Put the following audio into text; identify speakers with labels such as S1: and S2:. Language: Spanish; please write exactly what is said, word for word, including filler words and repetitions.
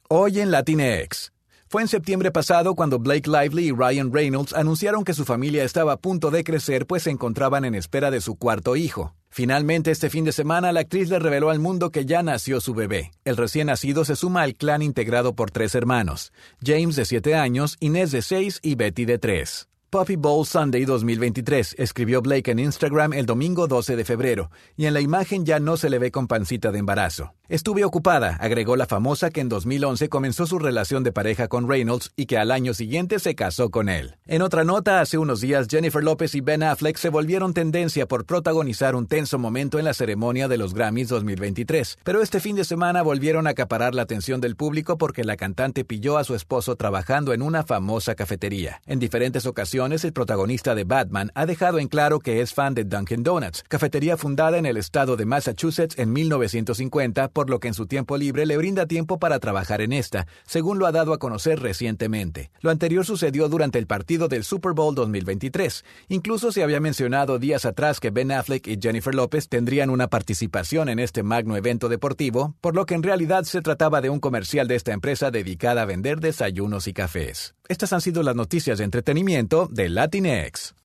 S1: Hoy en Latinx. Fue en septiembre pasado cuando Blake Lively y Ryan Reynolds anunciaron que su familia estaba a punto de crecer, pues se encontraban en espera de su cuarto hijo. Finalmente, este fin de semana, la actriz le reveló al mundo que ya nació su bebé. El recién nacido se suma al clan integrado por tres hermanos: James, de siete años, Inés, de seis y Betty, de tres. Puppy Bowl Sunday dos mil veintitrés, escribió Blake en Instagram el domingo doce de febrero, y en la imagen ya no se le ve con pancita de embarazo. Estuve ocupada, agregó la famosa, que en dos mil once comenzó su relación de pareja con Reynolds y que al año siguiente se casó con él. En otra nota, hace unos días Jennifer López y Ben Affleck se volvieron tendencia por protagonizar un tenso momento en la ceremonia de los Grammys dos mil veintitrés, pero este fin de semana volvieron a acaparar la atención del público porque la cantante pilló a su esposo trabajando en una famosa cafetería. En diferentes ocasiones, el protagonista de Batman ha dejado en claro que es fan de Dunkin' Donuts, cafetería fundada en el estado de Massachusetts en mil novecientos cincuenta, por lo que en su tiempo libre le brinda tiempo para trabajar en esta, según lo ha dado a conocer recientemente. Lo anterior sucedió durante el partido del Super Bowl dos mil veintitrés. Incluso se había mencionado días atrás que Ben Affleck y Jennifer López tendrían una participación en este magno evento deportivo, por lo que en realidad se trataba de un comercial de esta empresa dedicada a vender desayunos y cafés. Estas han sido las noticias de entretenimiento de Latinx.